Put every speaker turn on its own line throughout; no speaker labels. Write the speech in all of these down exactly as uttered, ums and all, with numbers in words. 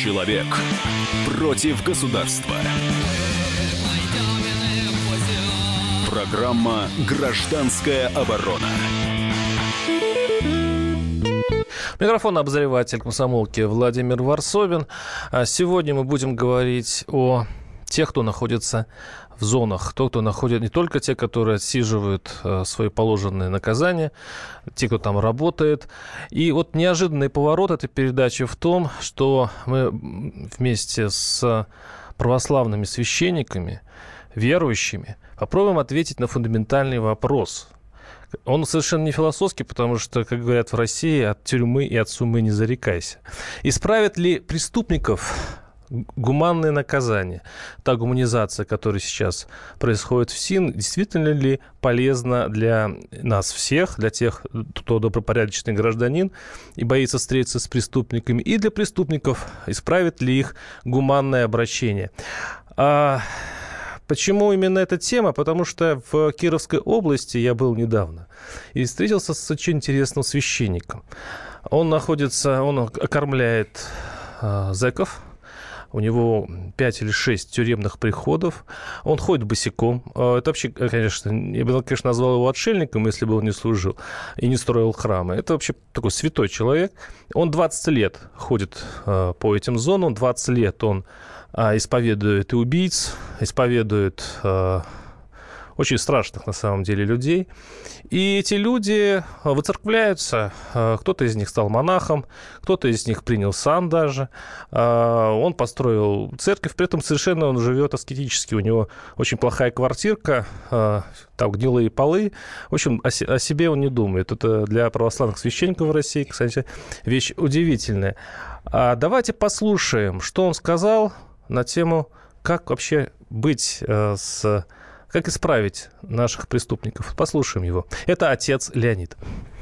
Человек против государства. Программа «Гражданская оборона».
Микрофон обозреватель комсомолки Владимир Варсобин. Сегодня мы будем говорить о тех, кто находится в зонах. Тот, кто находит, не только те, которые отсиживают свои положенные наказания, те, кто там работает. И вот неожиданный поворот этой передачи в том, что мы вместе с православными священниками, верующими, попробуем ответить на фундаментальный вопрос. Он совершенно не философский, потому что, как говорят в России, от тюрьмы и от сумы не зарекайся. Исправят ли преступников гуманное наказание? Та гуманизация, которая сейчас происходит в СИН, действительно ли полезна для нас всех, для тех, кто добропорядочный гражданин и боится встретиться с преступниками, и для преступников, исправит ли их гуманное обращение? А почему именно эта тема? Потому что в Кировской области я был недавно и встретился с очень интересным священником. Он находится, он окормляет э, зэков. У него пять или шесть тюремных приходов. Он ходит босиком. Это вообще, конечно, я бы, конечно, назвал его отшельником, если бы он не служил и не строил храмы. Это вообще такой святой человек. Он двадцать лет ходит по этим зонам. двадцать лет он исповедует и убийц, исповедует очень страшных, на самом деле, людей. И эти люди выцерквляются. Кто-то из них стал монахом, кто-то из них принял сан даже. Он построил церковь, при этом совершенно он живет аскетически. У него очень плохая квартирка, там гнилые полы. В общем, о себе он не думает. Это для православных священников в России, кстати, вещь удивительная. Давайте послушаем, что он сказал на тему, как вообще быть с... Как исправить наших преступников? Послушаем его. Это отец Леонид.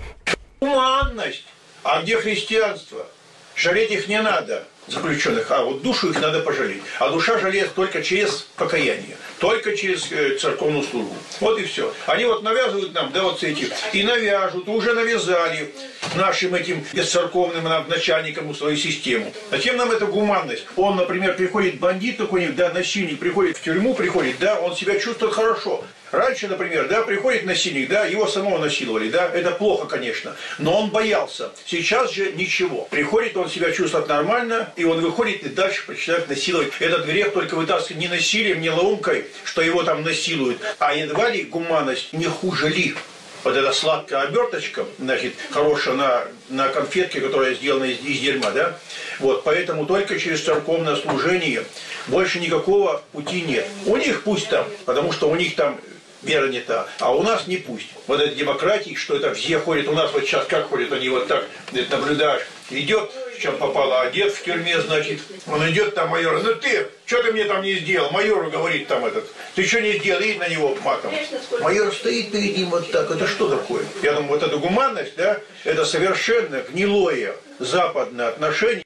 Гуманность. А где христианство? Жалеть их не надо, заключенных. А вот душу их надо пожалеть. А душа жалеет только через покаяние. Только через э, церковную службу. Вот и все. Они вот навязывают нам, да, вот эти, и навяжут, уже навязали нашим этим бесцерковным нам, начальникам свою систему. Зачем нам эта гуманность? Он, например, приходит бандит какой-нибудь, да, насильник, приходит в тюрьму, приходит, да, он себя чувствует хорошо. Раньше, например, да, приходит насильник, да, его самого насиловали, да, это плохо, конечно, но он боялся. Сейчас же ничего. Приходит, он себя чувствует нормально, и он выходит и дальше начинает насиловать. Этот грех только вытаскивает не насилием, не ломкой, что его там насилуют, а едва ли гуманность не хуже ли. Вот эта сладкая оберточка, значит, хорошая на, на конфетке, которая сделана из, из дерьма, да, вот, поэтому только через церковное служение больше никакого пути нет. У них пусть там, потому что у них там вера не та, а у нас не пусть. Вот эта демократия, что это все ходят, у нас вот сейчас как ходят, они вот так, наблюдаешь, идет, в чем попало, одет в тюрьме, значит, он идет там майор, ну ты, что ты мне там не сделал, майору говорит там этот, ты что не сделал, и на него матом. Майор стоит перед ним вот так, это что такое? Я думаю, вот эта гуманность, да, это совершенно гнилое западное отношение.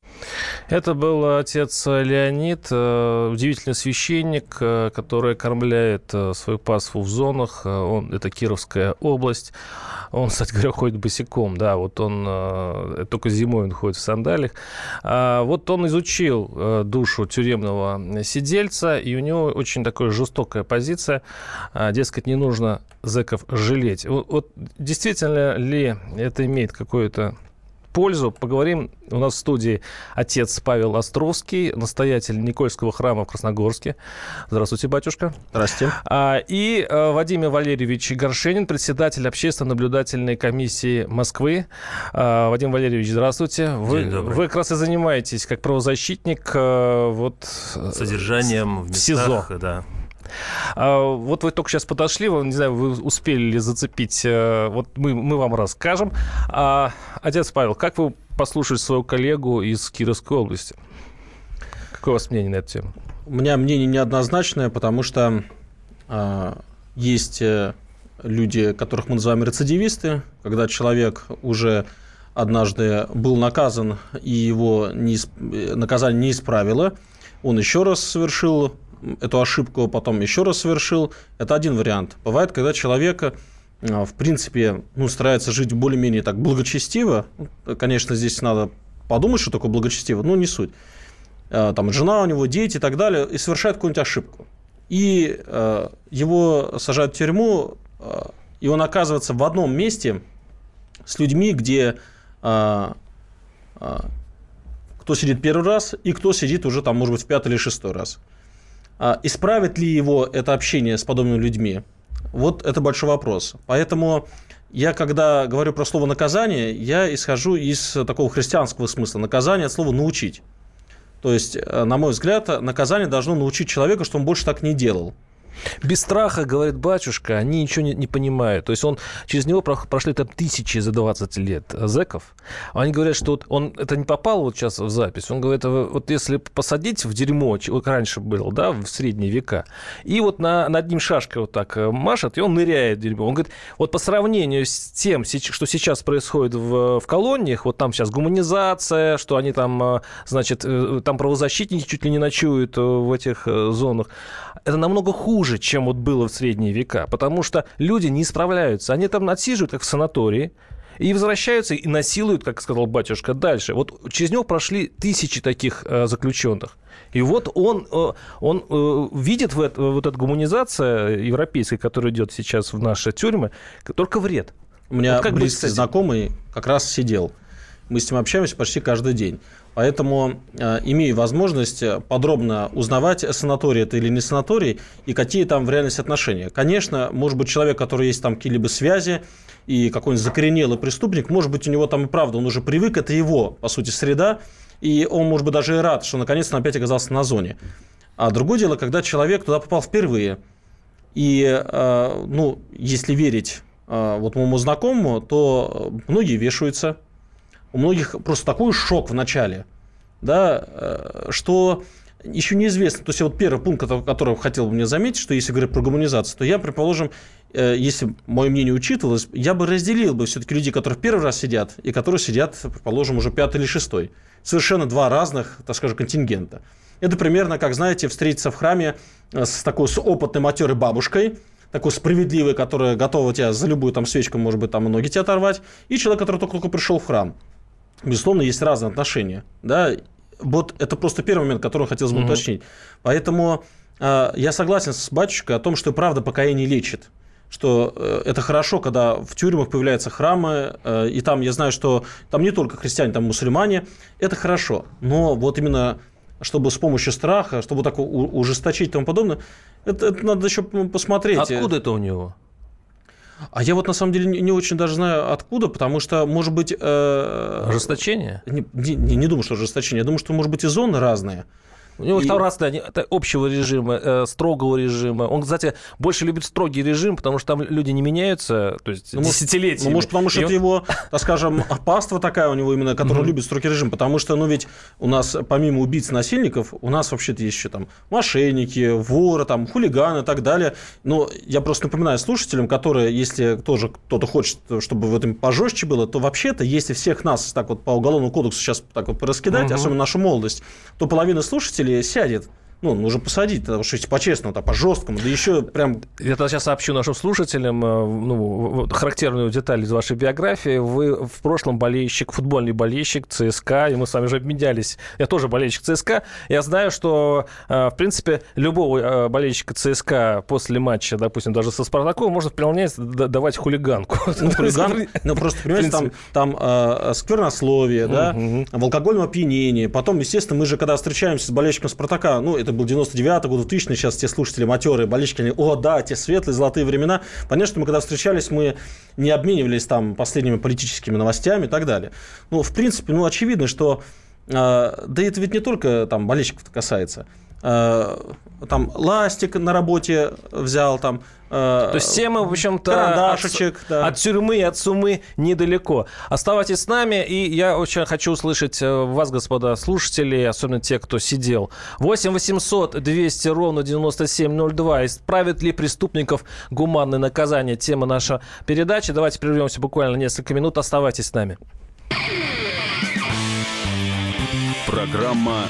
Это был отец Леонид, удивительный священник, который кормляет свою паству в зонах. Он, это Кировская область. Он, кстати говоря, ходит босиком. Да, вот он только зимой он ходит в сандалиях. Вот он изучил душу тюремного сидельца, и у него очень такая жестокая позиция. Дескать, не нужно зэков жалеть. Вот, вот действительно ли это имеет какое-то пользу? Поговорим. У нас в студии отец Павел Островский, настоятель Никольского храма в Красногорске. Здравствуйте, батюшка.
Здравствуйте.
А, и а, Владимир Валерьевич Горшенин, председатель общественно-наблюдательной комиссии Москвы. А, Владимир Валерьевич, здравствуйте. Вы, вы как раз и занимаетесь как правозащитник а, вот,
содержанием в местах,
СИЗО.
Да.
А, вот вы только сейчас подошли, вы, не знаю, вы успели ли зацепить, вот мы, мы вам расскажем. А, отец Павел, как вы послушали свою коллегу из Кировской области? Какое у вас мнение на эту тему?
У меня мнение неоднозначное, потому что а, есть люди, которых мы называем рецидивисты, когда человек уже однажды был наказан, и его не, наказание не исправило, он еще раз совершил эту ошибку, потом еще раз совершил. Это один вариант. Бывает, когда человек, в принципе, ну, старается жить более-менее так благочестиво. Конечно, здесь надо подумать, что такое благочестиво, но не суть. там жена у него, дети и так далее, и совершает какую-нибудь ошибку. И э, его сажают в тюрьму, э, и он оказывается в одном месте с людьми, где э, э, кто сидит первый раз и кто сидит уже, там, может быть, в пятый или шестой раз. А исправит ли его это общение с подобными людьми? Вот это большой вопрос. Поэтому я, когда говорю про слово «наказание», я исхожу из такого христианского смысла. Наказание от слова «научить». То есть, на мой взгляд, наказание должно научить человека, что он больше так не делал.
Без страха, говорит батюшка, они ничего не, не понимают. То есть он, через него прошли там тысячи за двадцать лет зэков. Они говорят, что вот он, это не попало вот сейчас в запись. Он говорит, вот если посадить в дерьмо, как раньше было, да, в средние века, и вот на, над ним шашкой вот так машет, и он ныряет в дерьмо. Он говорит, вот по сравнению с тем, что сейчас происходит в, в колониях, вот там сейчас гуманизация, что они там, значит, там правозащитники чуть ли не ночуют в этих зонах, это намного хуже, чем вот было в средние века, потому что люди не справляются. Они там отсиживают, как в санатории, и возвращаются и насилуют, как сказал батюшка, дальше. Вот через него прошли тысячи таких э, заключенных. И вот он, э, он э, видит в это, вот эта гуманизация европейская, которая идет сейчас в наши тюрьмы, только вред.
У меня
вот как
близкий знакомый как раз сидел. Мы с ним общаемся почти каждый день. Поэтому э, имею возможность подробно узнавать, санаторий это или не санаторий, и какие там в реальности отношения. Конечно, может быть, человек, у которого есть там какие-либо связи, и какой-нибудь закоренелый преступник, может быть, у него там и правда, он уже привык, это его, по сути, среда, и он, может быть, даже и рад, что наконец-то опять оказался на зоне. А другое дело, когда человек туда попал впервые, и, э, ну, если верить э, вот моему знакомому, то многие вешаются. У многих просто такой шок в начале, да, что еще неизвестно. То есть, вот первый пункт, который хотел бы мне заметить, что если говорить про гуманизацию, то я, предположим, если мое мнение учитывалось, я бы разделил бы все-таки людей, которые в первый раз сидят, и которые сидят, предположим, уже пятый или шестой. Совершенно два разных, так скажем, контингента. Это примерно, как, знаете, встретиться в храме с такой с опытной матерой бабушкой, такой справедливой, которая готова тебя за любую там свечку, может быть, там ноги тебе оторвать, и человек, который только-только пришел в храм. Безусловно, есть разные отношения. Да? Вот это просто первый момент, который хотелось бы mm-hmm. уточнить. Поэтому э, я согласен с батюшкой о том, что правда покаяние лечит. Что э, это хорошо, когда в тюрьмах появляются храмы, э, и там, я знаю, что там не только христиане, там мусульмане. Это хорошо. Но вот именно чтобы с помощью страха, чтобы так ужесточить и тому подобное, это, это надо еще посмотреть.
Откуда это у него?
А я вот на самом деле не, не очень даже знаю откуда, потому что, может быть... Э,
ожесточение?
Не, не, не думаю, что ожесточение. Я думаю, что, может быть, и зоны разные.
У него
и...
там разные, это общего режима, э, строгого режима. Он, кстати, больше любит строгий режим, потому что там люди не меняются, то есть ну, десятилетиями.
Ну, может, потому что и это он... его, так скажем, паства такая у него именно, которая mm-hmm. любит строгий режим. Потому что, ну, ведь у нас, помимо убийц-насильников, у нас вообще-то есть еще там мошенники, воры, там, хулиганы и так далее. Но я просто напоминаю слушателям, которые, если тоже кто-то хочет, чтобы в этом пожестче было, то вообще-то, если всех нас так вот по уголовному кодексу сейчас так вот пораскидать, mm-hmm. особенно нашу молодость, то половина слушателей сядет. Ну, нужно посадить, потому что по-честному, так, по-жесткому, да еще прям...
Я тогда сейчас сообщу нашим слушателям ну, характерную деталь из вашей биографии. Вы в прошлом болельщик, футбольный болельщик ЦСКА, и мы с вами уже обменялись. Я тоже болельщик ЦСКА. Я знаю, что, в принципе, любого болельщика ЦСКА после матча, допустим, даже со Спартаком, можно вполне давать хулиганку.
Ну, хулиган, ну просто, понимаете, там, там э, сквернословие, да, uh-huh. в алкогольном опьянении. Потом, естественно, мы же, когда встречаемся с болельщиком Спартака, ну, это был девяносто девятый год, двухтысячный, сейчас те слушатели матерые, болельщики, они, о, да, те светлые, золотые времена. Понятно, что мы, когда встречались, мы не обменивались там последними политическими новостями и так далее. Ну, в принципе, ну, очевидно, что, э, да это ведь не только там болельщиков касается. Э, там ластик на работе взял, там...
То есть все мы, в общем-то, от, да. от тюрьмы и от сумы недалеко. Оставайтесь с нами, и я очень хочу услышать вас, господа слушатели, особенно те, кто сидел. восемь восемьсот двести ровно девяносто семь ноль два. Исправят ли преступников гуманное наказание? Тема нашей передачи. Давайте прервемся буквально несколько минут. Оставайтесь с нами.
Программа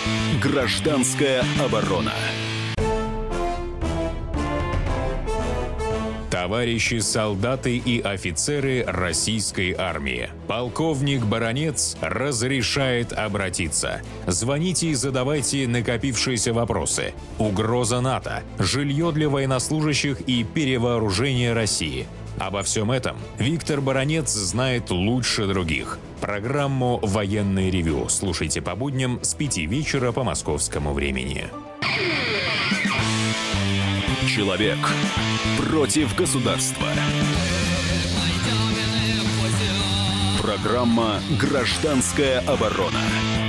«Гражданская оборона».
товарищи солдаты и офицеры российской армии. Полковник Баранец разрешает обратиться. Звоните и задавайте накопившиеся вопросы. Угроза НАТО, жилье для военнослужащих и перевооружение России. Обо всем этом Виктор Баранец знает лучше других. Программу «Военный ревю» слушайте по будням с пяти вечера по московскому времени.
Человек против государства. Программа «Гражданская оборона».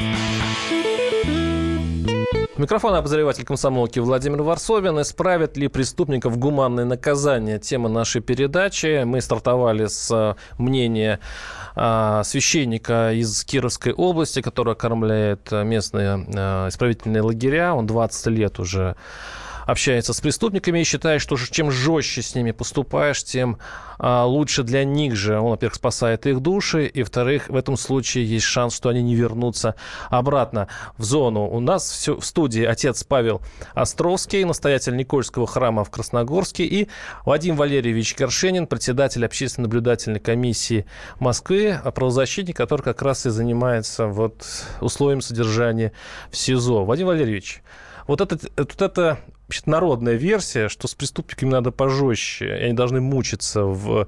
Микрофон обозреватель комсомолки Владимир Варсобин. Исправят ли преступников гуманное наказание? Тема нашей передачи. Мы стартовали с мнения а, священника из Кировской области, который окормляет местные а, исправительные лагеря. Он двадцать лет уже общается с преступниками и считает, что чем жестче с ними поступаешь, тем а, лучше для них же. Он, во-первых, спасает их души, и, во-вторых, в этом случае есть шанс, что они не вернутся обратно в зону. У нас все, в студии отец Павел Островский, настоятель Никольского храма в Красногорске, и Вадим Валерьевич Кершенин, председатель общественно-наблюдательной комиссии Москвы, правозащитник, который как раз и занимается вот условием содержания в СИЗО. Вадим Валерьевич, вот это, вот это народная версия, что с преступниками надо пожестче, и они должны мучиться в,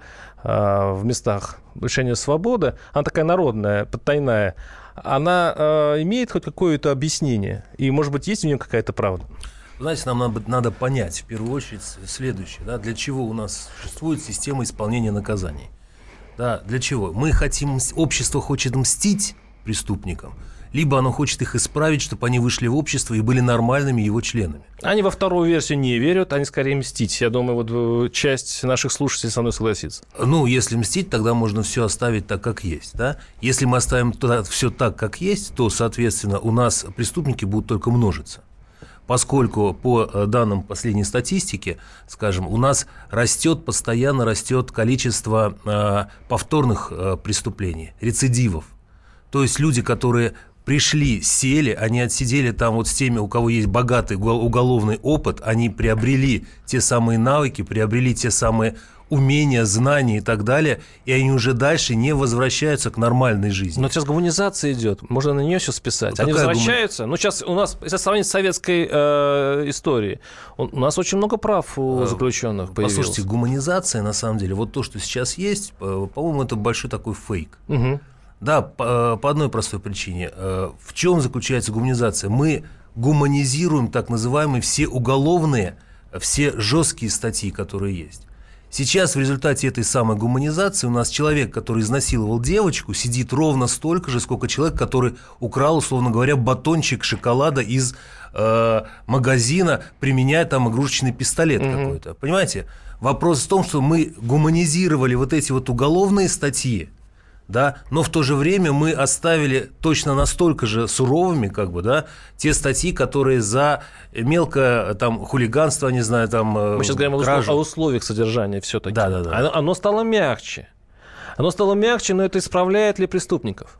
в местах лишения свободы, она такая народная, подтайная, она э, имеет хоть какое-то объяснение? И, может быть, есть в нем какая-то правда?
Знаете, нам надо, надо понять, в первую очередь, следующее. Да, для чего у нас существует система исполнения наказаний? Да, для чего? Мы хотим, общество хочет мстить преступникам, либо оно хочет их исправить, чтобы они вышли в общество и были нормальными его членами.
Они во вторую версию не верят, они скорее мстить. Я думаю, вот часть наших слушателей со мной согласится.
Ну, если мстить, тогда можно все оставить так, как есть. Да? Если мы оставим все так, как есть, то, соответственно, у нас преступники будут только множиться. Поскольку по данным последней статистики, скажем, у нас растет, постоянно растет количество э, повторных э, преступлений, рецидивов. То есть люди, которые пришли, сели, они отсидели там вот с теми, у кого есть богатый уголовный опыт, они приобрели те самые навыки, приобрели те самые умения, знания и так далее, и они уже дальше не возвращаются к нормальной жизни.
Но сейчас гуманизация идет, можно на нее все списать.
Ну,
они возвращаются, гум... ну сейчас у нас, если сравнить с советской э, историей, у нас очень много прав у заключенных появилось.
Послушайте, гуманизация, на самом деле, вот то, что сейчас есть, по-моему, это большой такой фейк.
Угу.
Да, по, по одной простой причине. В чем заключается гуманизация? Мы гуманизируем так называемые все уголовные, все жесткие статьи, которые есть. Сейчас в результате этой самой гуманизации у нас человек, который изнасиловал девочку, сидит ровно столько же, сколько человек, который украл, условно говоря, батончик шоколада из э, магазина, применяя там игрушечный пистолет mm-hmm. какой-то. Понимаете? Вопрос в том, что мы гуманизировали вот эти вот уголовные статьи, да, но в то же время мы оставили точно настолько же суровыми, как бы, да, те статьи, которые за мелкое там хулиганство, не знаю, там
мы сейчас говорим кражу. О условиях содержания все-таки.
Да, да, да.
Оно, оно стало мягче. Оно стало мягче, но это исправляет ли преступников?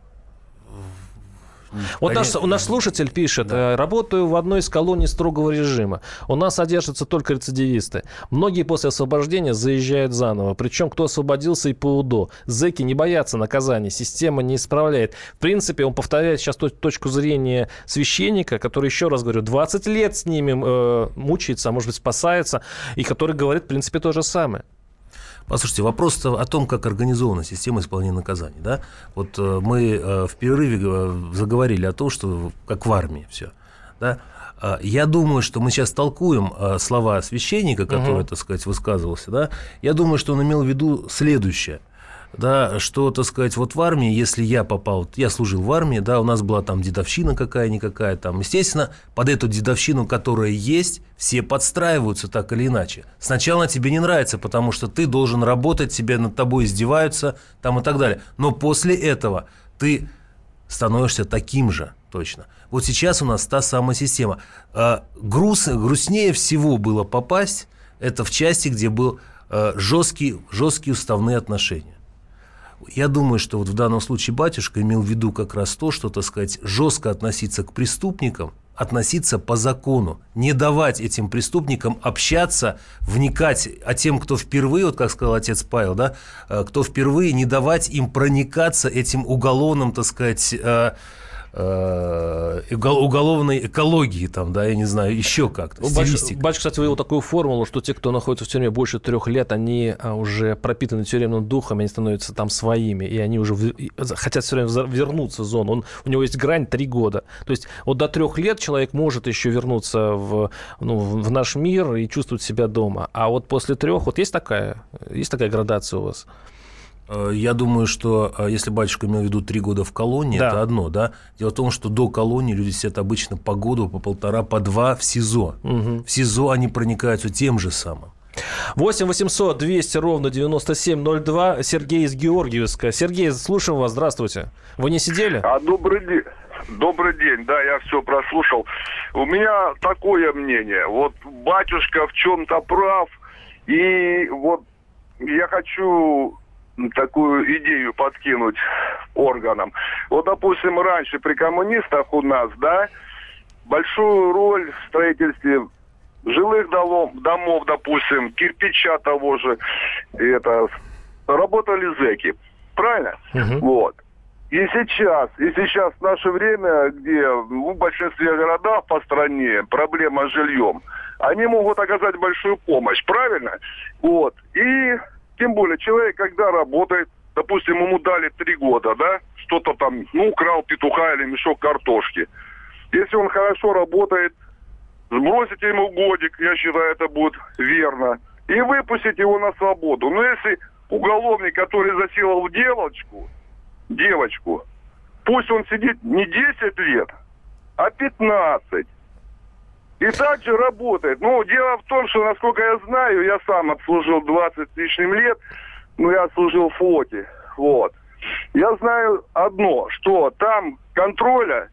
Вот наш, наш слушатель пишет, да. Работаю в одной из колоний строгого режима. У нас содержатся только рецидивисты. Многие после освобождения заезжают заново. Причем кто освободился и по УДО. Зэки не боятся наказания. Система не исправляет. В принципе, он повторяет сейчас точку зрения священника, который, еще раз говорю, двадцать лет с ними э, мучается, а может быть спасается, и который говорит, в принципе, то же самое.
Послушайте, вопрос о том, как организована система исполнения наказаний. Да? Вот э, мы э, в перерыве э, заговорили о том, что как в армии все. Да? Э, я думаю, что мы сейчас толкуем э, слова священника, который, угу. так сказать, высказывался. Да? Я думаю, что он имел в виду следующее. Да, что, так сказать, вот в армии, если я попал, я служил в армии, да, у нас была там дедовщина какая-никакая, там, естественно, под эту дедовщину, которая есть, все подстраиваются так или иначе. Сначала тебе не нравится, потому что ты должен работать, тебе над тобой издеваются, там и так далее. Но после этого ты становишься таким же, точно. Вот сейчас у нас та самая система. Груз, грустнее всего было попасть, это в части, где был жесткие, жесткие уставные отношения. Я думаю, что вот в данном случае батюшка имел в виду как раз то, что, так сказать, жестко относиться к преступникам, относиться по закону, не давать этим преступникам общаться, вникать, а тем, кто впервые, вот как сказал отец Павел, да, кто впервые, не давать им проникаться этим уголовным, так сказать, уголовной экологии, там, да, я не знаю, еще как-то, стилистика.
Батюшка, кстати, вывел такую формулу, что те, кто находится в тюрьме больше трех лет, они уже пропитаны тюремным духом, они становятся там своими, и они уже хотят все время вернуться в зону. Он, у него есть грань три года. То есть вот до трех лет человек может еще вернуться в, ну, в наш мир и чувствовать себя дома. А вот после трех, вот есть такая, есть такая градация у вас?
Я думаю, что если батюшка имел в виду три года в колонии, да. это одно, да. Дело в том, что до колонии люди сидят обычно по году, по полтора, по два в СИЗО. Угу. В СИЗО они проникаются тем же самым.
восемь восемьсот двести ровно девяносто семь ноль два. Сергей из Георгиевска. Сергей, слушаем вас. Здравствуйте. Вы не сидели?
А, добрый день. Добрый день. Да, я все прослушал. У меня такое мнение. Вот батюшка в чем-то прав. И вот я хочу такую идею подкинуть органам. Вот, допустим, раньше при коммунистах у нас, да, большую роль в строительстве жилых домов, домов, допустим, кирпича того же, это, работали зэки. Правильно? Uh-huh. Вот. И сейчас, и сейчас в наше время, где в большинстве городов по стране проблема с жильем, они могут оказать большую помощь. Правильно? Вот. И тем более, человек, когда работает, допустим, ему дали три года, да, что-то там, ну, украл петуха или мешок картошки. Если он хорошо работает, сбросите ему годик, я считаю, это будет верно, и выпустите его на свободу. Но если уголовник, который засилал девочку, девочку, пусть он сидит не десять лет, а пятнадцать. И также работает. Ну, дело в том, что, насколько я знаю, я сам отслужил двадцать с лишним лет, ну, я отслужил в флоте, вот. Я знаю одно, что там контроля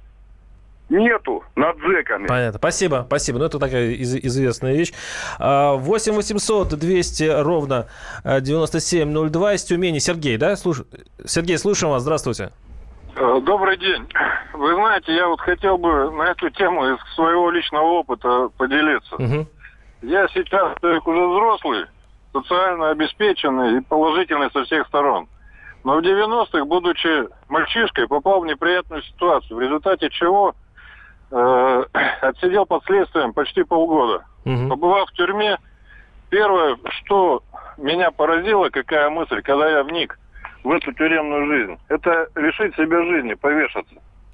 нету над зэками.
Понятно. Спасибо, спасибо. Ну, это такая из- известная вещь. восемь восемьсот двести ровно девяносто семь ноль два из Тюмени. Сергей, да? Слуш... Сергей, слушаем вас. Здравствуйте.
Добрый день. Вы знаете, я вот хотел бы на эту тему из своего личного опыта поделиться. Угу. Я сейчас человек уже взрослый, социально обеспеченный и положительный со всех сторон. Но в девяностых, будучи мальчишкой, попал в неприятную ситуацию, в результате чего э, отсидел под следствием почти полгода. Угу. Побывав в тюрьме, первое, что меня поразило, какая мысль, когда я вник в эту тюремную жизнь, это лишить себя жизни, повешаться.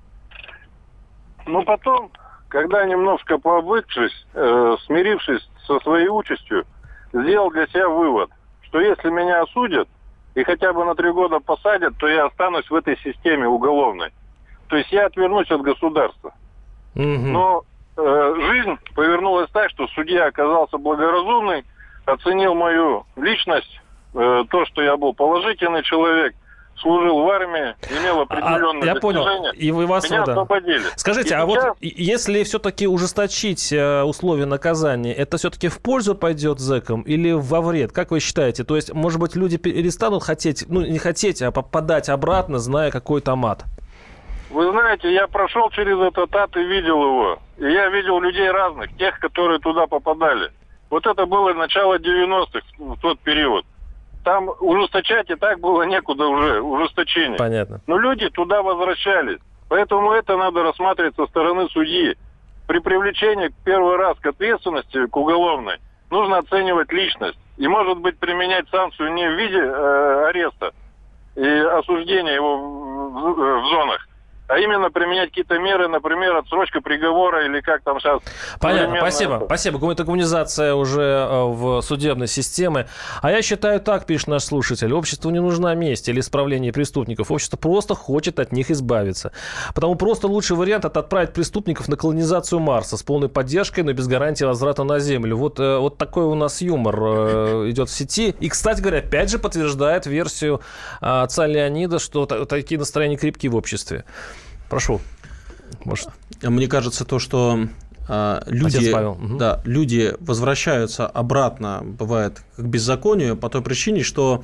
Но потом, когда немножко пообвыкшись, э, смирившись со своей участью, сделал для себя вывод, что если меня осудят и хотя бы на три года посадят, то я останусь в этой системе уголовной. То есть я отвернусь от государства. Mm-hmm. Но э, жизнь повернулась так, что судья оказался благоразумный, оценил мою личность, то, что я был положительный человек, служил в армии, имел определенные
а, я
достижения,
понял. И вы вас,
меня
да.
освободили.
Скажите, и а сейчас... вот если все-таки ужесточить условия наказания, это все-таки в пользу пойдет зэкам или во вред? Как вы считаете? То есть, может быть, люди перестанут хотеть, ну, не хотеть, а попадать обратно, зная, какой там ад?
Вы знаете, я прошел через этот ад и видел его. И я видел людей разных, тех, которые туда попадали. Вот это было начало девяностых, в тот период. Там ужесточать и так было некуда уже, ужесточение.
Понятно.
Но люди туда возвращались. Поэтому это надо рассматривать со стороны судьи. При привлечении первый раз к ответственности, к уголовной, нужно оценивать личность. И, может быть, применять санкцию не в виде э, ареста и осуждения его в, в, в зонах, а именно применять какие-то меры, например, отсрочка приговора или как там сейчас...
Понятно, спасибо. Спасибо. Это гуманизация уже в судебной системе. А я считаю так, пишет наш слушатель, обществу не нужна месть или исправление преступников. Общество просто хочет от них избавиться. Потому просто лучший вариант – это отправить преступников на колонизацию Марса с полной поддержкой, но без гарантии возврата на Землю. Вот, вот такой у нас юмор идет в сети. И, кстати говоря, опять же подтверждает версию отца Леонида, что такие настроения крепкие в обществе. Прошу. Может.
Мне кажется, то, что э, люди, да, люди возвращаются обратно, бывает, к беззаконию по той причине, что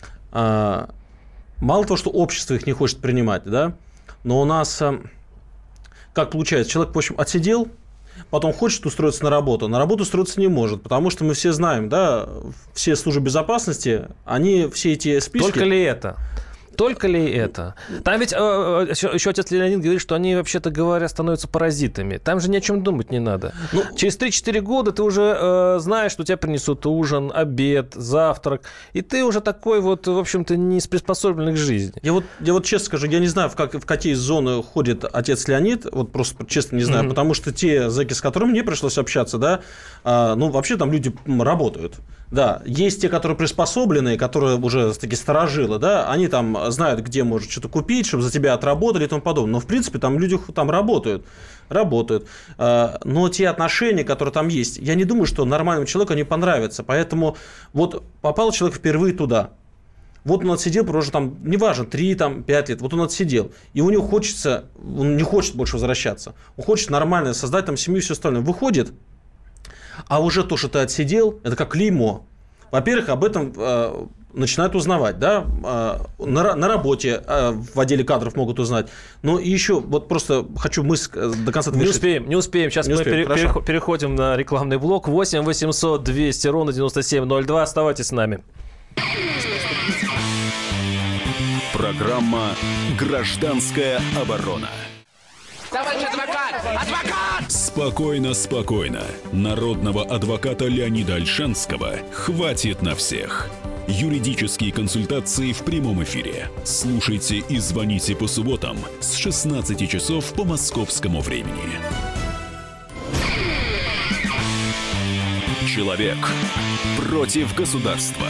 э, мало того, что общество их не хочет принимать, да, но у нас, э, как получается, человек, в общем, отсидел потом хочет устроиться на работу, на работу устроиться не может, потому что мы все знаем, да, все службы безопасности, они все эти списки...
Только ли это? Только ли это? Там ведь э, еще, еще отец Леонид говорит, что они, вообще-то говоря, становятся паразитами. Там же ни о чем думать не надо. Ну, через три-четыре года ты уже э, знаешь, что тебя принесут ужин, обед, завтрак, и ты уже такой вот, в общем-то, не приспособленный к жизни.
Я вот, я вот честно скажу, я не знаю, в, как, в какие зоны ходит отец Леонид, вот просто честно не знаю, mm-hmm. потому что те зэки, с которыми мне пришлось общаться, да, э, ну, вообще там люди работают. Да, есть те, которые приспособленные, которые уже такие старожилы, да, они там знают, где можно что-то купить, чтобы за тебя отработали и тому подобное. Но, в принципе, там люди там работают, работают. Но те отношения, которые там есть, я не думаю, что нормальному человеку они понравятся. Поэтому вот попал человек впервые туда. Вот он отсидел, уже там, неважно, три-пять лет, вот он отсидел, и у него хочется, он не хочет больше возвращаться. Он хочет нормально создать там семью и все остальное. Выходит, а уже то, что ты отсидел, это как клеймо. Во-первых, об этом э, начинают узнавать, да, э, на, на работе э, в отделе кадров могут узнать. Но и еще, вот просто хочу мысль до конца
не
довершить.
успеем, не успеем. Сейчас не мы успеем. Пере, пере, переходим на рекламный блок. восемь восемьсот двести ровно девяносто семь ноль два. Оставайтесь с нами.
Программа «Гражданская оборона».
Товарищ адвокат! Адвокат!
Спокойно, спокойно. Народного адвоката Леонида Ольшанского хватит на всех. Юридические консультации в прямом эфире. Слушайте и звоните по субботам с шестнадцати часов по московскому времени. Человек против государства.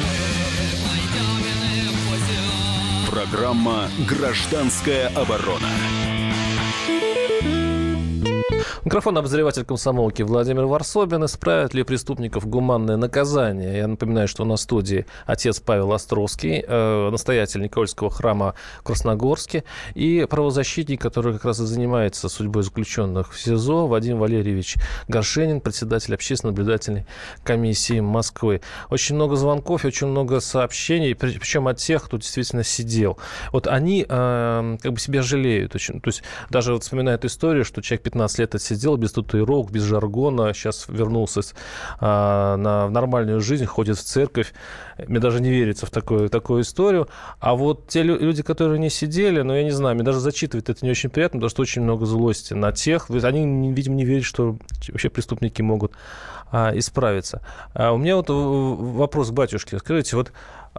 Программа «Гражданская оборона».
Микрофон обозреватель комсомолки Владимир Варсобин. Исправят ли преступников гуманное наказание? Я напоминаю, что на студии отец Павел Островский, э, настоятель Никольского храма в Красногорске, и правозащитник, который как раз и занимается судьбой заключенных в СИЗО, Вадим Валерьевич Горшенин, председатель общественно-наблюдательной комиссии Москвы. Очень много звонков и очень много сообщений, причем от тех, кто действительно сидел. Вот они э, как бы себя жалеют очень. То есть даже вот вспоминают историю, что человек пятнадцать лет отсидел, сидел без татуировок, без жаргона, сейчас вернулся а, на, в нормальную жизнь, ходит в церковь. Мне даже не верится в такую, такую историю. А вот те люди, которые не сидели, ну, я не знаю, мне даже зачитывать это не очень приятно, потому что очень много злости на тех. Они, видимо, не верят, что вообще преступники могут а, исправиться. А у меня вот вопрос к батюшке. Скажите, вот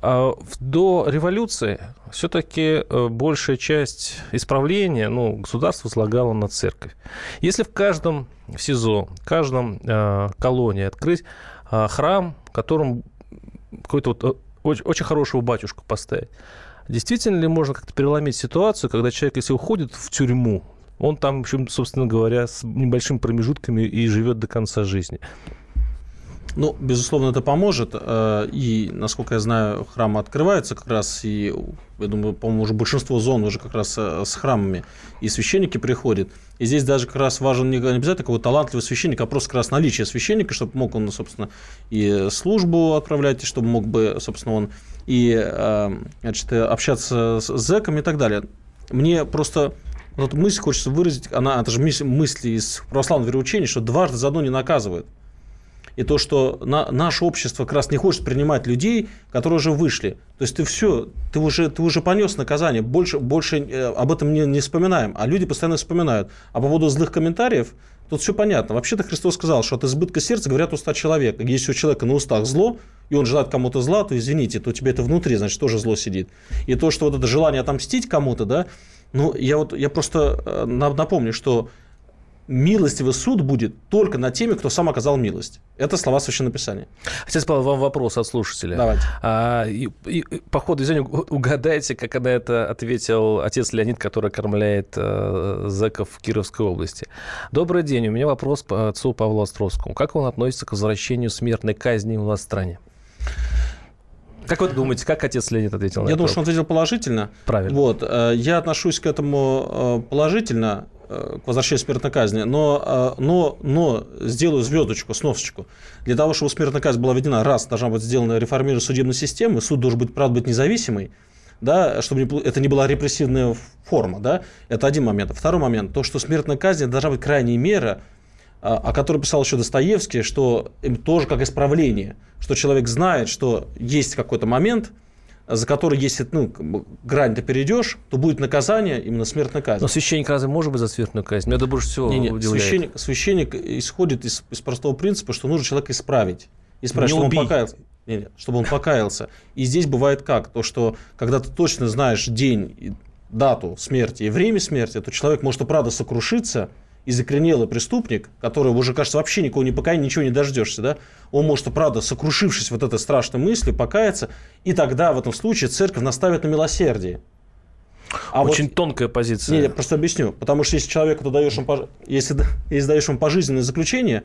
до революции все-таки большая часть исправления, ну, государство возлагало на церковь. Если в каждом СИЗО, в каждом э, колонии открыть э, храм, в котором какой-то вот очень, очень хорошего батюшку поставить, действительно ли можно как-то переломить ситуацию, когда человек, если уходит в тюрьму, он там, в общем, собственно говоря, с небольшими промежутками и живет до конца жизни?
Ну, безусловно, это поможет. И, насколько я знаю, храмы открываются как раз. И, я думаю, по-моему, уже большинство зон уже как раз с храмами. И священники приходят. И здесь даже как раз важен не обязательно такой талантливый священник, а просто как раз наличие священника, чтобы мог он, собственно, и службу отправлять, и чтобы мог бы, собственно, он и, значит, общаться с зэками и так далее. Мне просто... Вот эту мысль хочется выразить, она, это же мысли из православного вероучения, что дважды за одно не наказывают. И то, что на, наше общество как раз не хочет принимать людей, которые уже вышли. То есть ты все, ты уже, ты уже понес наказание, больше, больше об этом не, не вспоминаем, а люди постоянно вспоминают. А по поводу злых комментариев, тут все понятно. Вообще-то Христос сказал, что от избытка сердца говорят уста человека. Если у человека на устах зло, и он желает кому-то зла, то извините, то у тебя это внутри, значит, тоже зло сидит. И то, что вот это желание отомстить кому-то, да, ну, я вот, я просто напомню, что милостивый суд будет только над теми, кто сам оказал милость. Это слова Священного Писания.
Отец Павел, вам вопрос от слушателя.
Давайте.
А, и, и, по ходу извините, угадайте, как на это ответил отец Леонид, который кормляет э, зэков в Кировской области. Добрый день. У меня вопрос по отцу Павлу Островскому. Как он относится к возвращению смертной казни у нас в стране? Как вы думаете, как отец Леонид ответил на это?
Я думаю, что он ответил положительно.
Правильно.
Вот. Я отношусь к этому положительно, к возвращению смертной казни, но, но, но сделаю звездочку, сносочку. Для того, чтобы смертная казнь была введена, раз, должна быть сделана реформирование судебной системы, суд должен быть, правда, быть независимый, да, чтобы это не была репрессивная форма. Да, это один момент. Второй момент, то, что смертная казнь должна быть крайняя мера о которой писал еще Достоевский, что тоже как исправление, что человек знает, что есть какой-то момент, за который, если ну, грань ты перейдешь, то будет наказание, именно смертная казнь.
Но священник разве может быть за смертную казнь? Меня это больше всего
не, не.
удивляет.
Священник, священник исходит из, из простого принципа, что нужно человека исправить. Исправить,
не
чтобы
убить.
он покаялся. Не, не, чтобы он покаялся. И здесь бывает как? То, что когда ты точно знаешь день, дату смерти и время смерти, то человек может и правда сокрушиться, и закоренелый преступник, который уже, кажется, вообще никого не покаяния, ничего не дождешься, да, он может, правда, сокрушившись вот этой страшной мыслью, покаяться, и тогда в этом случае церковь наставит на милосердие.
А Очень вот, тонкая позиция.
Не, я просто объясню. Потому что если человеку ты даешь ему, если, если даешь ему пожизненное заключение,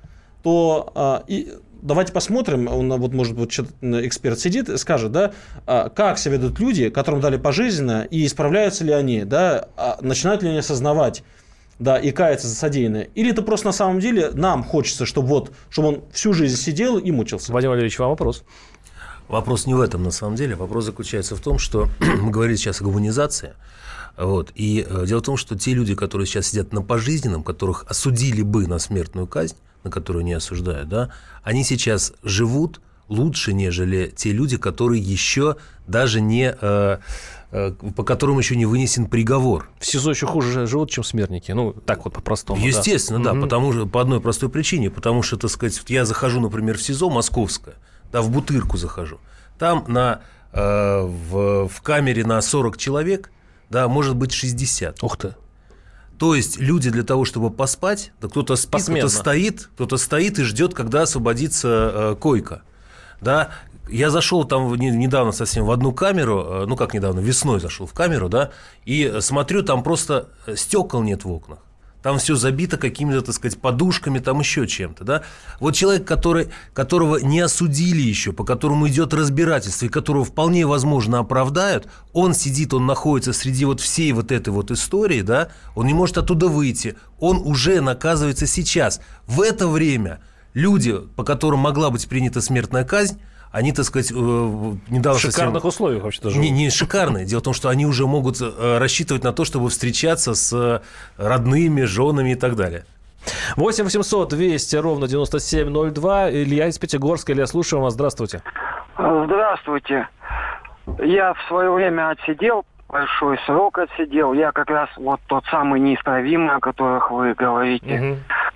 то а, и, давайте посмотрим, он, вот, может быть, эксперт сидит и скажет, да, а, как себя ведут люди, которым дали пожизненное, и исправляются ли они, да, а, начинают ли они осознавать, да, и каяться за содеянное. Или это просто на самом деле нам хочется, чтобы, вот, чтобы он всю жизнь сидел и мучился.
Вадим Валерьевич, вам вопрос.
Вопрос не в этом, на самом деле. Вопрос заключается в том, что мы говорили сейчас о гуманизации. Вот, и э, дело в том, что те люди, которые сейчас сидят на пожизненном, которых осудили бы на смертную казнь, на которую не осуждают, да, они сейчас живут лучше, нежели те люди, которые еще даже не... Э, по которым еще не вынесен приговор.
В СИЗО еще хуже живут, чем смертники. Ну, так вот по-простому.
Естественно, да,
да
угу. потому что, по одной простой причине. Потому что, так сказать, я захожу, например, в СИЗО московское, да, в Бутырку захожу. Там на, э, в, в камере на сорок человек, да, может быть шестьдесят.
Ух ты.
То есть люди для того, чтобы поспать, да, кто-то спит, кто-то стоит, кто-то стоит и ждет, когда освободится э, койка. Да. Я зашел там недавно совсем в одну камеру, ну как недавно, весной зашел в камеру, да, и смотрю, там просто стекол нет в окнах. Там все забито какими-то, так сказать, подушками, там еще чем-то, да. Вот человек, который, которого не осудили еще, по которому идет разбирательство, и которого вполне возможно оправдают, он сидит, он находится среди вот всей вот этой вот истории, да, он не может оттуда выйти, он уже наказывается сейчас. В это время люди, по которым могла быть принята смертная казнь, они, так сказать, недавно...
В шикарных
совсем...
условиях вообще тоже.
Не, не шикарные. Дело в том, что они уже могут рассчитывать на то, чтобы встречаться с родными, женами и так далее.
восемь восемьсот двести ровно девяносто семь ноль два. Илья из Пятигорска. Илья, слушаем вас. Здравствуйте.
Здравствуйте. Я в свое время отсидел, большой срок отсидел. Я как раз вот тот самый неисправимый, о которых вы говорите. Угу.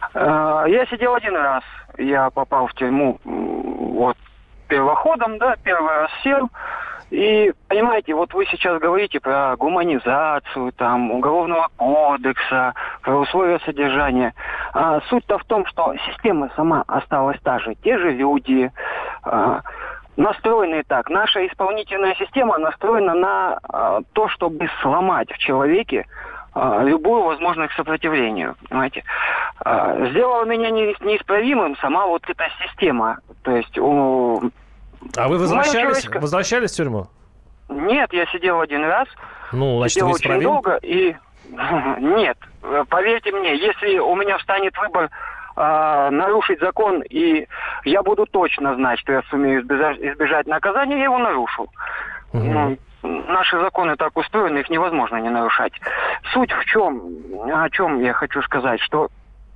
Я сидел один раз. Я попал в тюрьму вот первоходом, да, первый раз сел. И, понимаете, вот вы сейчас говорите про гуманизацию, там, уголовного кодекса, про условия содержания. А суть-то в том, что система сама осталась та же. Те же люди, а, настроенные так. Наша исполнительная система настроена на а, то, чтобы сломать в человеке а, любую возможность к сопротивлению. Понимаете? А, сделала меня не, неисправимым сама вот эта система. То есть у...
А вы возвращались, человечка... возвращались в тюрьму?
Нет, я сидел один раз.
Ну, значит,
сидел
вы
очень долго и... Нет, поверьте мне, если у меня встанет выбор а, нарушить закон, и я буду точно знать, что я сумею избежать, избежать наказания, я его нарушу. Угу. Ну, наши законы так устроены, их невозможно не нарушать. Суть в чем, о чем я хочу сказать, что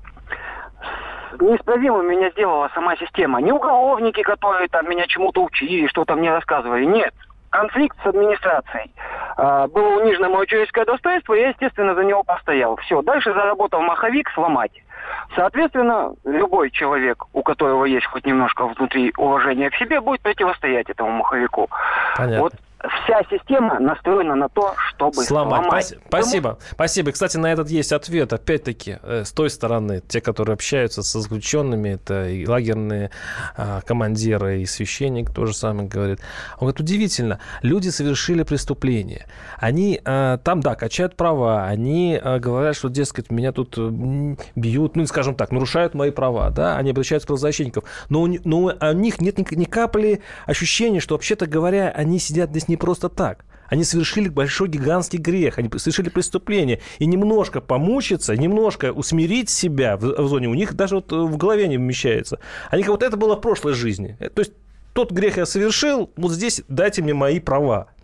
неисправимым меня сделала сама система. Не уголовники, которые там меня чему-то учили, что-то мне рассказывали. Нет. Конфликт с администрацией. А, было унижено мое человеческое достоинство, и я, естественно, за него постоял. Все. Дальше заработал маховик сломать. Соответственно, любой человек, у которого есть хоть немножко внутри уважения к себе, будет противостоять этому маховику.
Понятно.
Вот вся система настроена на то, чтобы сломать.
сломать. Спасибо. Спасибо. Кстати, на этот есть ответ. Опять-таки, с той стороны, те, которые общаются со заключенными, это и лагерные а, командиры, и священник тоже самое говорит. Он говорит, удивительно, люди совершили преступление. Они а, там, да, качают права, они а, говорят, что, дескать, меня тут бьют, ну, скажем так, нарушают мои права, да, они обращаются к правозащитникам, но, но у них нет ни, ни капли ощущения, что, вообще-то говоря, они сидят здесь не просто так. Они совершили большой гигантский грех, они совершили преступление. И немножко помучиться, немножко усмирить себя в, в зоне, у них даже вот в голове не вмещается. Они как вот это было в прошлой жизни. То есть тот грех я совершил, вот здесь дайте мне мои права.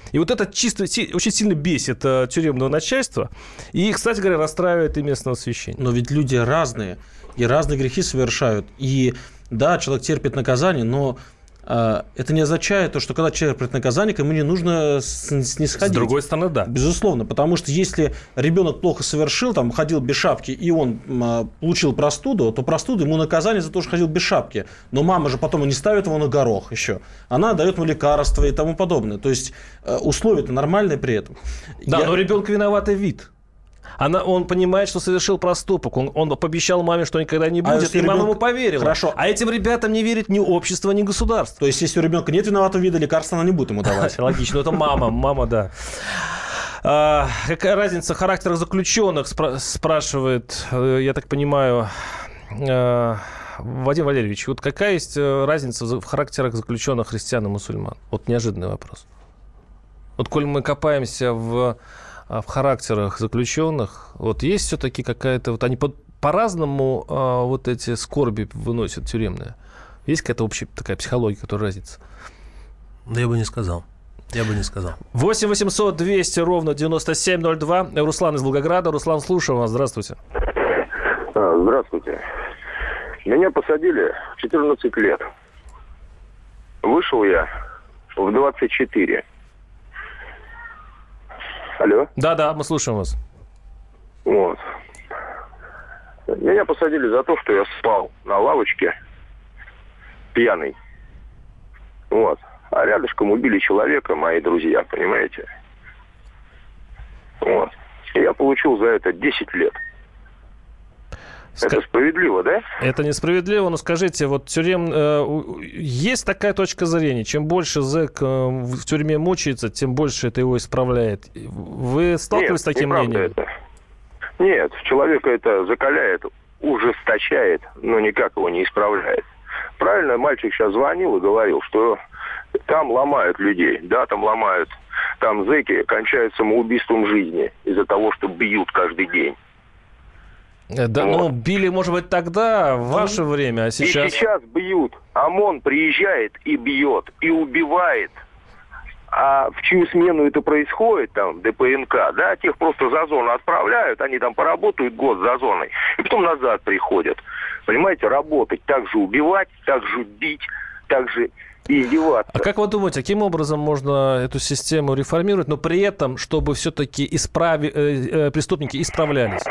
И вот это чисто, очень сильно бесит э, тюремное начальство. И, кстати говоря, расстраивает и местного священника.
Но ведь люди разные, и разные грехи совершают. И да, человек терпит наказание, но э, это не означает то, что когда человек терпит наказание, ему не нужно снисходить.
С другой стороны, да.
Безусловно, потому что если ребенок плохо совершил, там, ходил без шапки, и он э, получил простуду, то простуда ему наказание за то, что ходил без шапки. Но мама же потом не ставит его на горох еще. Она дает ему лекарства и тому подобное. То есть э, условия-то нормальные при этом.
Да,
Я...
но ребенка виноватый вид. Она, он понимает, что совершил проступок. Он, он пообещал маме, что никогда не будет, а и мама ему поверила.
Хорошо.
А этим ребятам не верит ни общество, ни государство.
То есть, если у ребенка нет виноватого вида, лекарства она не будет ему давать.
Логично. Это мама. Мама, да. А, какая разница в характерах заключенных, спра- спрашивает, я так понимаю, Вадим Валерьевич. Вот какая есть разница в характерах заключенных христиан и мусульман? Вот неожиданный вопрос. Вот коль мы копаемся в... в характерах заключенных, вот есть все-таки какая-то... Вот они по- по-разному а, вот эти скорби выносят тюремные. Есть какая-то общая такая психология, которая разница?
Да я бы не сказал. Я бы не сказал.
восемь восемьсот двести ровно девяносто семь ноль два. Руслан из Волгограда. Руслан, слушаю вас. Здравствуйте.
Здравствуйте. Меня посадили в четырнадцать лет. Вышел я в двадцать четыре. Алло?
Да-да, мы слушаем вас.
Вот. Меня посадили за то, что я спал на лавочке пьяный. Вот. А рядышком убили человека мои друзья, понимаете? Вот. И я получил за это десять лет. Это справедливо, да?
Это несправедливо, но скажите, вот тюрем... Э, есть такая точка зрения, чем больше зэк э, в тюрьме мучается, тем больше это его исправляет. Вы сталкивались
Нет,
с таким мнением?
Это. Нет, человека это закаляет, ужесточает, но никак его не исправляет. Правильно, мальчик сейчас звонил и говорил, что там ломают людей, да, там ломают, там зэки кончают самоубийством жизни из-за того, что бьют каждый день.
Да, вот. Ну, били, может быть, тогда, в ваше время, а сейчас...
И сейчас бьют. ОМОН приезжает и бьет, и убивает. А в чью смену это происходит, там, ДПНК, да, тех просто за зону отправляют, они там поработают год за зоной, и потом назад приходят. Понимаете, работать, так же убивать, так же бить, так же и издеваться.
А как вы думаете, каким образом можно эту систему реформировать, но при этом, чтобы все-таки исправи... э, э, преступники исправлялись?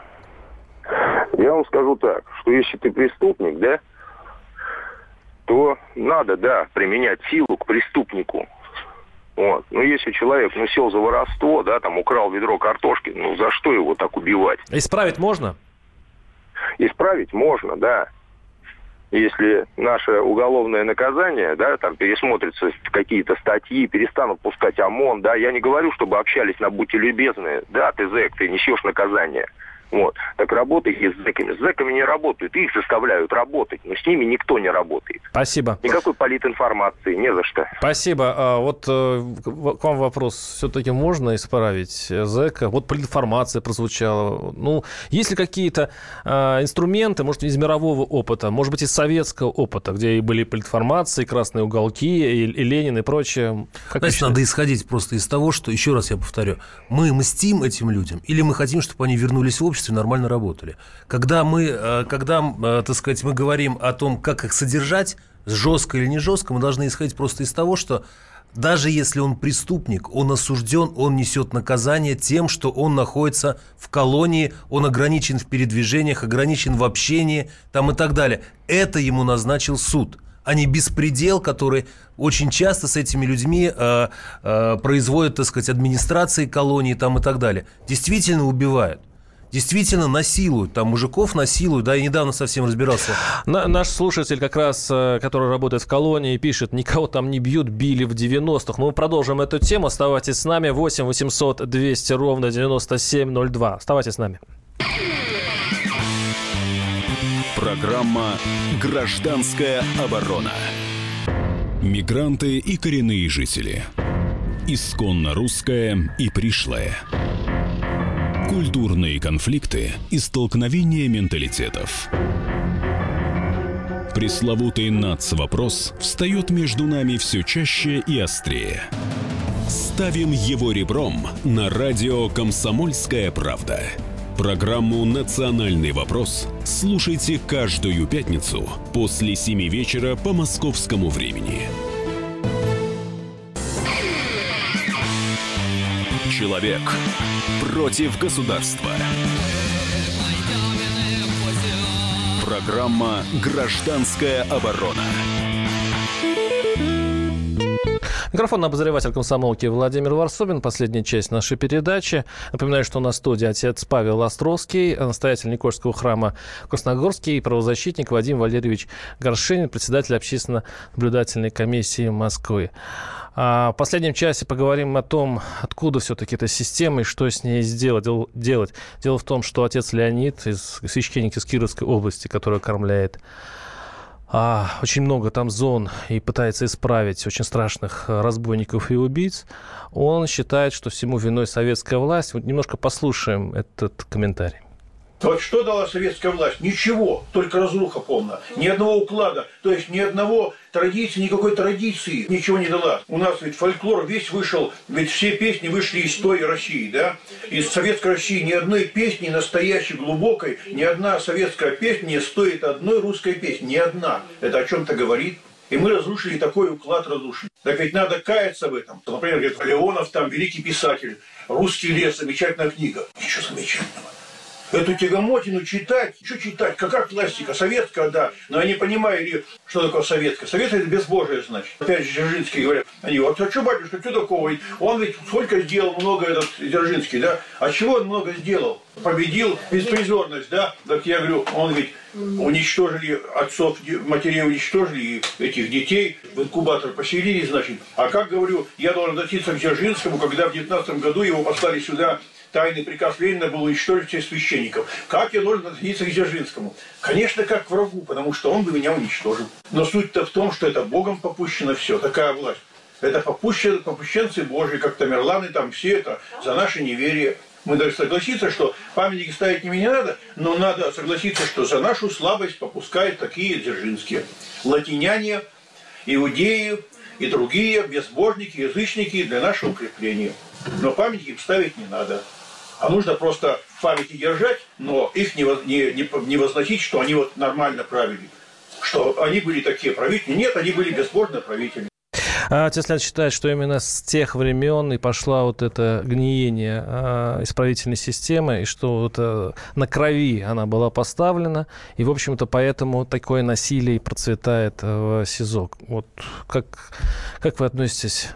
Я вам скажу так, что если ты преступник, да, то надо, да, применять силу к преступнику. Вот. Но если человек, ну, сел за воровство, да, там, украл ведро картошки, ну, за что его так убивать?
Исправить можно?
Исправить можно, да. Если наше уголовное наказание, да, там, пересмотрятся какие-то статьи, перестанут пускать ОМОН, да, я не говорю, чтобы общались на «будьте любезны», да, ты зэк, ты несешь наказание. Вот. Так работайте с зэками. С зэками не работают, их заставляют работать, но с ними никто не работает.
Спасибо.
Никакой политинформации, не за что.
Спасибо. А вот э, к вам вопрос. Все-таки можно исправить зэка? Вот политинформация прозвучала. Ну, есть ли какие-то э, инструменты, может, из мирового опыта, может быть, из советского опыта, где и были политинформации, красные уголки, и, и Ленин, и прочее? Как
Знаете, надо исходить просто из того, что, еще раз я повторю, мы мстим этим людям, или мы хотим, чтобы они вернулись в общество и нормально работали. Когда мы, когда, так сказать, мы говорим о том, как их содержать, жестко или не жестко, мы должны исходить просто из того, что даже если он преступник, он осужден, он несет наказание тем, что он находится в колонии, он ограничен в передвижениях, ограничен в общении там, и так далее. Это ему назначил суд, а не беспредел, который очень часто с этими людьми э, э, производят, так сказать, администрации колонии там, и так далее. Действительно убивают. Действительно насилуют, там мужиков насилуют, да, я недавно совсем разбирался.
На, наш слушатель как раз, который работает в колонии, пишет, никого там не бьют, били в девяностых. Мы продолжим эту тему, оставайтесь с нами, восемь восемьсот двести ровно девяносто семь ноль два. Оставайтесь с нами.
Программа «Гражданская оборона». Мигранты и коренные жители. Исконно русское и пришлое. Культурные конфликты и столкновения менталитетов. Пресловутый нацвопрос встает между нами все чаще и острее. Ставим его ребром на радио «Комсомольская правда». Программу «Национальный вопрос» слушайте каждую пятницу после семи вечера по московскому времени. Человек против государства. Программа «Гражданская оборона».
Микрофон обозреватель комсомолки Владимир Варсобин. Последняя часть нашей передачи. Напоминаю, что на студии отец Павел Островский, настоятель Никольского храма Красногорский, и правозащитник Вадим Валерьевич Горшенин, председатель общественно-наблюдательной комиссии Москвы. В последнем часе поговорим о том, откуда все-таки эта система и что с ней сделать. делать. Дело в том, что отец Леонид, из, священник из Кировской области, который окормляет А, очень много там зон и пытается исправить очень страшных разбойников и убийц, он считает, что всему виной советская власть. Вот немножко послушаем этот комментарий.
Вот что дала советская власть? Ничего, только разруха полная. Ни одного уклада, то есть ни одного традиции, никакой традиции ничего не дала. У нас ведь фольклор весь вышел, ведь все песни вышли из той России, да? Из советской России ни одной песни настоящей, глубокой, ни одна советская песня не стоит одной русской песни, ни одна. Это о чем-то говорит. И мы разрушили такой уклад, разрушили. Так ведь надо каяться в этом. Например, говорит, Леонов там великий писатель, «Русский лес», замечательная книга. Ничего замечательного. Эту тягомотину читать, что читать, какая классика, советская, да, но я не понимаю, или что такое советская. Советская – это безбожие, значит. Опять же, Дзержинский говорят, они, а что, батюшка, что такого? Он ведь сколько сделал много, этот Дзержинский, да? А чего он много сделал? Победил беспризорность, да? Так я говорю, он ведь уничтожили отцов, матерей уничтожили, и этих детей в инкубатор поселили, значит. А как, говорю, я должен обратиться к Дзержинскому, когда в девятнадцатом году его послали сюда. Тайный приказ Ленина был уничтожить всех священников. Как я должен относиться к Дзержинскому? Конечно, как к врагу, потому что он бы меня уничтожил. Но суть-то в том, что это Богом попущено все, такая власть. Это попущенцы, попущенцы Божьи, как Тамерлан и там все это за наше неверие. Мы должны согласиться, что памятники ставить не надо, но надо согласиться, что за нашу слабость попускают такие дзержинские. Латиняне, иудеи и другие безбожники, язычники для нашего укрепления. Но памятники им ставить не надо. А нужно просто в памяти держать, но их не, не, не возносить, что они вот нормально правили. Что они были такие правители. Нет, они были безбожные правители.
А отец Леонид считает, что именно с тех времен и пошла вот это гниение а, исправительной системы, и что вот, а, на крови она была поставлена, и, в общем-то, поэтому такое насилие и процветает в СИЗО. Вот как, как вы относитесь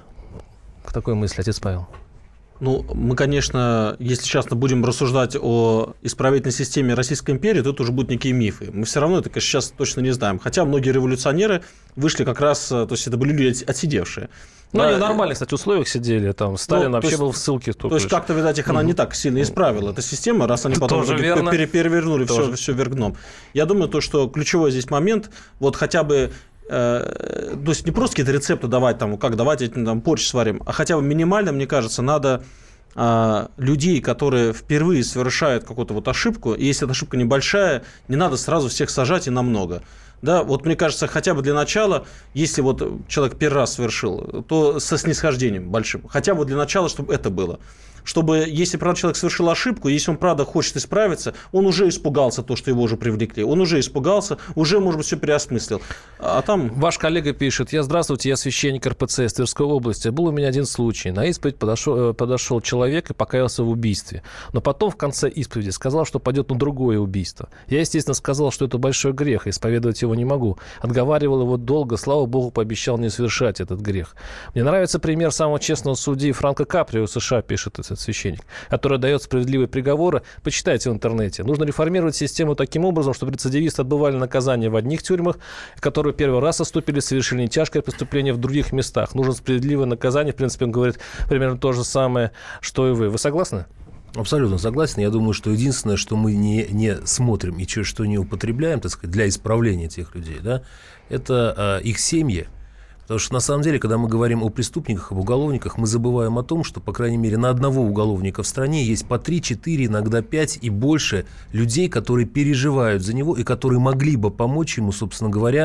к такой мысли, отец Павел?
Ну, мы, конечно, если часто будем рассуждать о исправительной системе Российской империи, то это уже будут некие мифы. Мы все равно это, конечно, сейчас точно не знаем. Хотя многие революционеры вышли как раз, то есть это были люди отсидевшие.
Ну,
да,
они в нормальных, кстати, условиях сидели. Там Сталин ну, вообще есть, был в ссылке.
То есть как-то, видать, их она угу. не так сильно исправила, эта система, раз они потом пере- перевернули все, все вверх дном. Я думаю, то, что ключевой здесь момент, вот хотя бы то есть не просто какие-то рецепты давать, там, как давайте там, борщ сварим, а хотя бы минимально, мне кажется, надо а, людей, которые впервые совершают какую-то вот ошибку, и если эта ошибка небольшая, не надо сразу всех сажать и намного. Да, вот мне кажется, хотя бы для начала, если вот человек первый раз совершил, то со снисхождением большим, хотя бы для начала, чтобы это было. Чтобы, если, правда, человек совершил ошибку, если он, правда, хочет исправиться, он уже испугался то, что его уже привлекли. Он уже испугался, уже, может быть, все переосмыслил. А там...
Ваш коллега пишет: я, здравствуйте, я священник эр пэ цэ из Тверской области. Был у меня один случай. На исповедь подошел, подошел человек и покаялся в убийстве. Но потом в конце исповеди сказал, что пойдет на другое убийство. Я, естественно, сказал, что это большой грех, и исповедовать его не могу. Отговаривал его долго, слава богу, пообещал не совершать этот грех. Мне нравится пример самого честного судьи Франка Каприо США, пишет этот священник, который дает справедливые приговоры. Почитайте в интернете. Нужно реформировать систему таким образом, чтобы рецидивисты отбывали наказание в одних тюрьмах, которые первый раз отступили, совершили тяжкое преступление в других местах. Нужно справедливое наказание. В принципе, он говорит примерно то же самое, что и вы. Вы согласны?
Абсолютно согласен. Я думаю, что единственное, что мы не, не смотрим и что не употребляем, так сказать, для исправления этих людей, да, это э, их семьи. Потому что, на самом деле, когда мы говорим о преступниках, об уголовниках, мы забываем о том, что, по крайней мере, на одного уголовника в стране есть по три, четыре, иногда пять и больше людей, которые переживают за него и которые могли бы помочь ему, собственно говоря,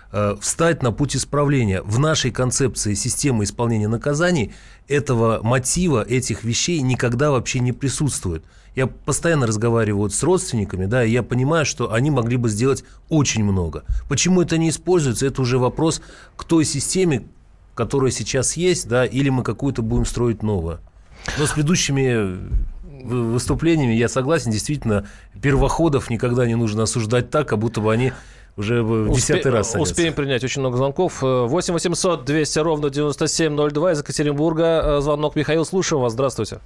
э, встать на путь исправления. В нашей концепции системы исполнения наказаний этого мотива, этих вещей никогда вообще не присутствует. Я постоянно разговариваю с родственниками, да, и я понимаю, что они могли бы сделать очень много. Почему это не используется, это уже вопрос к той системе, которая сейчас есть, да, или мы какую-то будем строить новую. Но с предыдущими выступлениями я согласен, действительно, первоходов никогда не нужно осуждать так, как будто бы они уже в десятый раз садятся.
Успеем принять очень много звонков. восемь восемьсот двести ровно девяносто семь ноль два из Екатеринбурга. Звонок. Михаил, слушаем вас. Здравствуйте.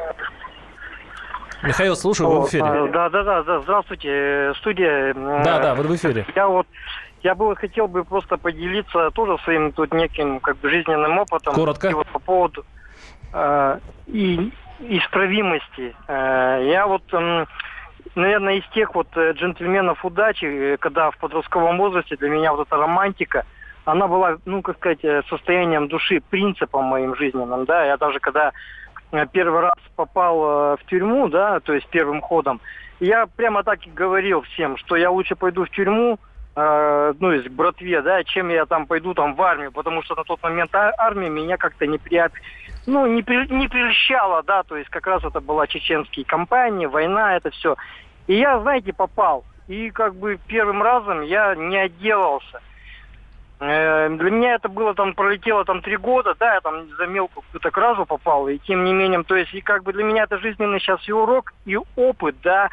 Михаил, слушаю, вы в эфире.
Да, да, да, да, здравствуйте, студия.
Да, да, вы в эфире.
Я вот, я бы вот хотел бы просто поделиться тоже своим тут неким как бы жизненным опытом.
Коротко.
И вот по поводу э, и исправимости. Э, я вот, э, наверное, из тех вот джентльменов удачи, когда в подростковом возрасте для меня вот эта романтика, она была, ну, как сказать, состоянием души, принципом моим жизненным, да. Я даже когда первый раз попал в тюрьму, да, то есть первым ходом, я прямо так и говорил всем, что я лучше пойду в тюрьму, э, ну, из к братве, да, чем я там пойду там в армию, потому что на тот момент а- армия меня как-то не прият... ну, не, при... не прельщала, да, то есть как раз это была чеченские кампании, война, это все. И я, знаете, попал, и как бы первым разом я не отделался. Для меня это было, там, пролетело там три года, да, я там за мелкую какую-то кражу попал, и тем не менее, то есть, и как бы для меня это жизненный сейчас и урок, и опыт, да.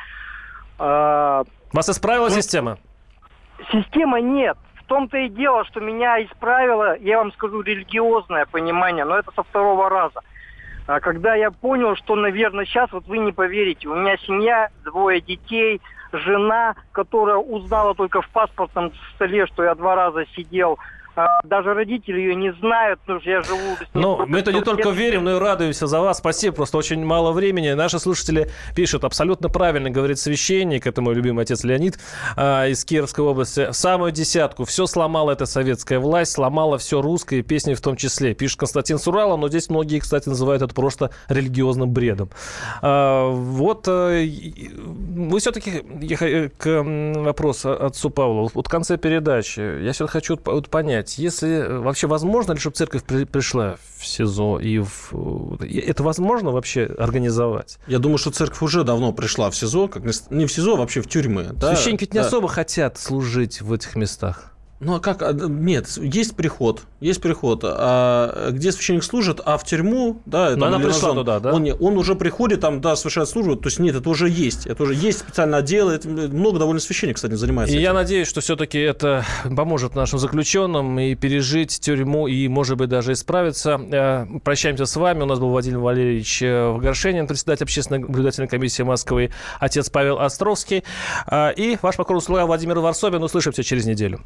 Э,
Вас исправила
ну,
система?
Система нет. В том-то и дело, что меня исправило, я вам скажу, религиозное понимание, но это со второго раза. А когда я понял, что, наверное, сейчас, вот вы не поверите, у меня семья, двое детей, жена, которая узнала только в паспортном столе, что я два раза сидел. Даже родители ее не знают, потому что я живу...
Ну, мы это не только верим, но и радуемся за вас. Спасибо, просто очень мало времени. Наши слушатели пишут, абсолютно правильно говорит священник, это мой любимый отец Леонид э, из Кировской области. Самую десятку. Все сломала эта советская власть, сломала все русское, песни в том числе. Пишет Константин Сурала, но здесь многие, кстати, называют это просто религиозным бредом. Э, вот э, вы все-таки, к вопросу отцу Павлу, вот в конце передачи, я все-таки хочу понять, если вообще возможно ли, чтобы церковь при, пришла в СИЗО, и в, это возможно вообще организовать?
Я думаю, что церковь уже давно пришла в СИЗО, как не в СИЗО, а вообще в тюрьмы. Да?
Священники ведь не
да.
особо хотят служить в этих местах.
Ну, а как? Нет, есть приход, есть приход. А где священник служит, а в тюрьму, да,
но она пришла
зон,
туда, да?
Он, он уже приходит, там, да, совершает службу, то есть нет, это уже есть, это уже есть специальное отдел, это много довольно священников, кстати, занимается.
И
этим.
я надеюсь, что все-таки это поможет нашим заключенным и пережить тюрьму, и, может быть, даже исправиться. Прощаемся с вами. У нас был Владимир Валерьевич Горшенин, председатель общественной наблюдательной комиссии Москвы, отец Павел Островский и ваш покорный слуга Владимир Варсобин. Услышимся через неделю.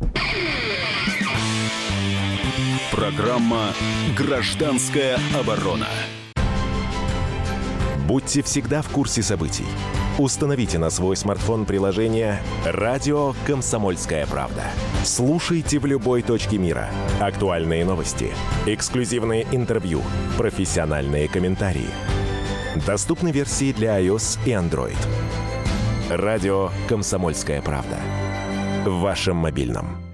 Программа «Гражданская оборона».
Будьте всегда в курсе событий. Установите на свой смартфон приложение «Радио Комсомольская правда». Слушайте в любой точке мира. Актуальные новости, эксклюзивные интервью, профессиональные комментарии. Доступны версии для iOS и Android. «Радио Комсомольская правда». В вашем мобильном.